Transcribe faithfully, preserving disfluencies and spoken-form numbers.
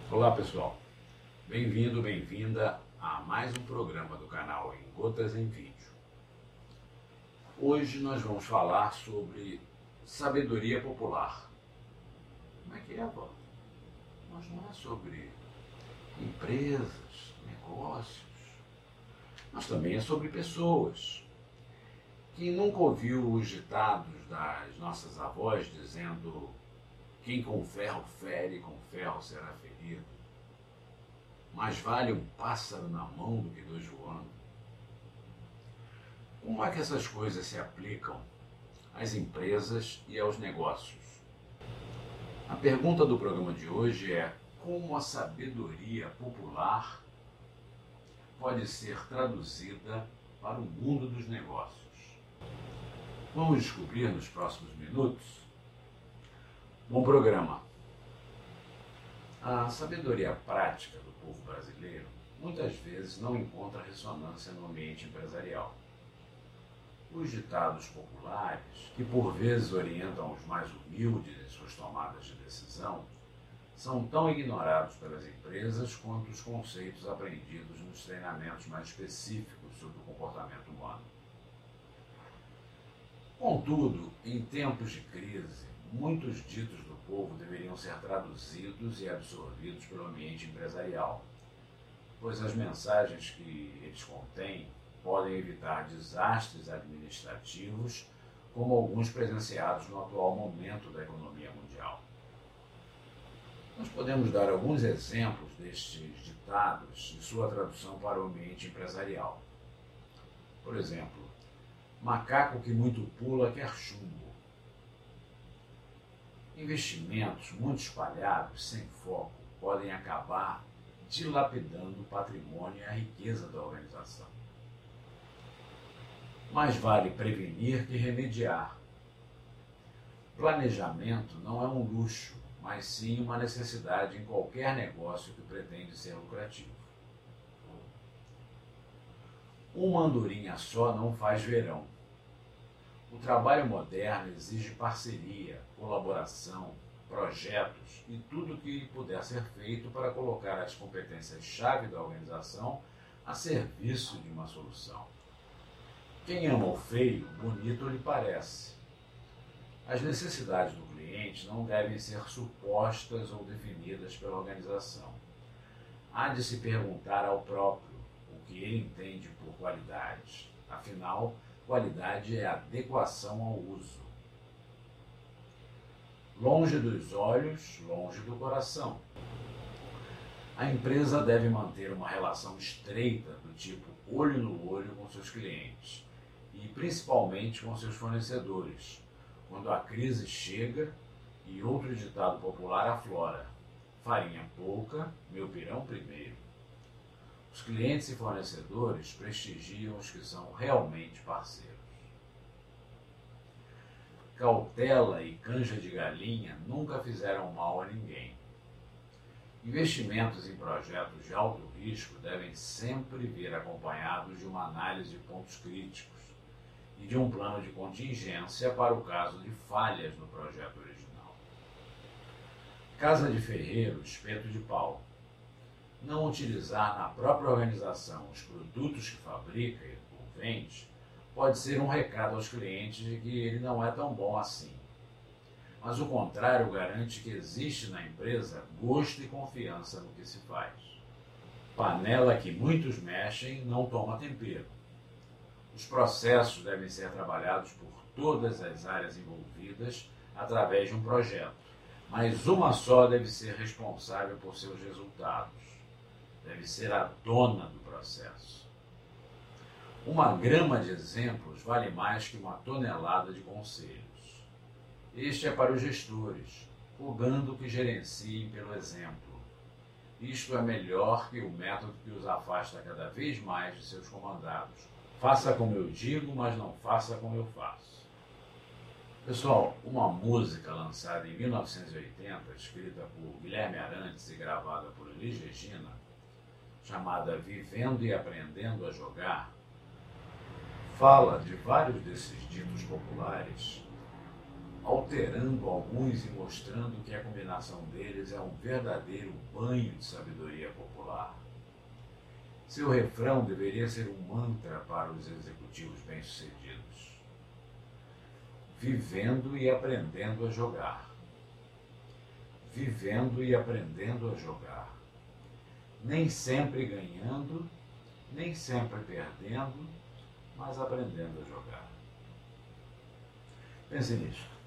Olá pessoal, bem-vindo, bem-vinda a mais um programa do canal Em Gotas em Vídeo. Hoje nós vamos falar sobre sabedoria popular. Como é que é, pô? Mas não é sobre empresas, negócios, mas também é sobre pessoas. Quem nunca ouviu os ditados das nossas avós dizendo: quem com ferro fere, com ferro será ferido. Mais vale um pássaro na mão do que dois voando. Como é que essas coisas se aplicam às empresas e aos negócios? A pergunta do programa de hoje é: como a sabedoria popular pode ser traduzida para o mundo dos negócios? Vamos descobrir nos próximos minutos. Bom programa. A sabedoria prática do povo brasileiro muitas vezes não encontra ressonância no ambiente empresarial. Os ditados populares, que por vezes orientam os mais humildes em suas tomadas de decisão, são tão ignorados pelas empresas quanto os conceitos aprendidos nos treinamentos mais específicos sobre o comportamento humano. Contudo, em tempos de crise, muitos ditos do povo deveriam ser traduzidos e absorvidos pelo ambiente empresarial, pois as mensagens que eles contêm podem evitar desastres administrativos, como alguns presenciados no atual momento da economia mundial. Nós podemos dar alguns exemplos destes ditados e sua tradução para o ambiente empresarial. Por exemplo, macaco que muito pula quer chumbo. Investimentos muito espalhados, sem foco, podem acabar dilapidando o patrimônio e a riqueza da organização. Mais vale prevenir que remediar. Planejamento não é um luxo, mas sim uma necessidade em qualquer negócio que pretende ser lucrativo. Uma andorinha só não faz verão. O trabalho moderno exige parceria, colaboração, projetos e tudo o que puder ser feito para colocar as competências-chave da organização a serviço de uma solução. Quem ama o feio, bonito lhe parece. As necessidades do cliente não devem ser supostas ou definidas pela organização. Há de se perguntar ao próprio o que ele entende por qualidade. Afinal, qualidade é adequação ao uso. Longe dos olhos, longe do coração. A empresa deve manter uma relação estreita do tipo olho no olho com seus clientes e principalmente com seus fornecedores, quando a crise chega e outro ditado popular aflora: farinha pouca, meu pirão primeiro. Os clientes e fornecedores prestigiam os que são realmente parceiros. Cautela e canja de galinha nunca fizeram mal a ninguém. Investimentos em projetos de alto risco devem sempre vir acompanhados de uma análise de pontos críticos e de um plano de contingência para o caso de falhas no projeto original. Casa de ferreiro, espeto de pau. Não utilizar na própria organização os produtos que fabrica ou vende pode ser um recado aos clientes de que ele não é tão bom assim. Mas o contrário garante que existe na empresa gosto e confiança no que se faz. Panela que muitos mexem não toma tempero. Os processos devem ser trabalhados por todas as áreas envolvidas através de um projeto, mas uma só deve ser responsável por seus resultados. Deve ser a dona do processo. Uma grama de exemplos vale mais que uma tonelada de conselhos. Este é para os gestores, rogando que gerenciem pelo exemplo. Isto é melhor que o método que os afasta cada vez mais de seus comandados. Faça como eu digo, mas não faça como eu faço. Pessoal, uma música lançada em mil novecentos e oitenta, escrita por Guilherme Arantes e gravada por Elis Regina, chamada Vivendo e Aprendendo a Jogar, fala de vários desses ditos populares alterando alguns e mostrando que a combinação deles é um verdadeiro banho de sabedoria popular. Seu refrão deveria ser um mantra para os executivos bem-sucedidos. Vivendo e aprendendo a jogar. Vivendo e aprendendo a jogar. Nem sempre ganhando, nem sempre perdendo, mas aprendendo a jogar. Pense nisso.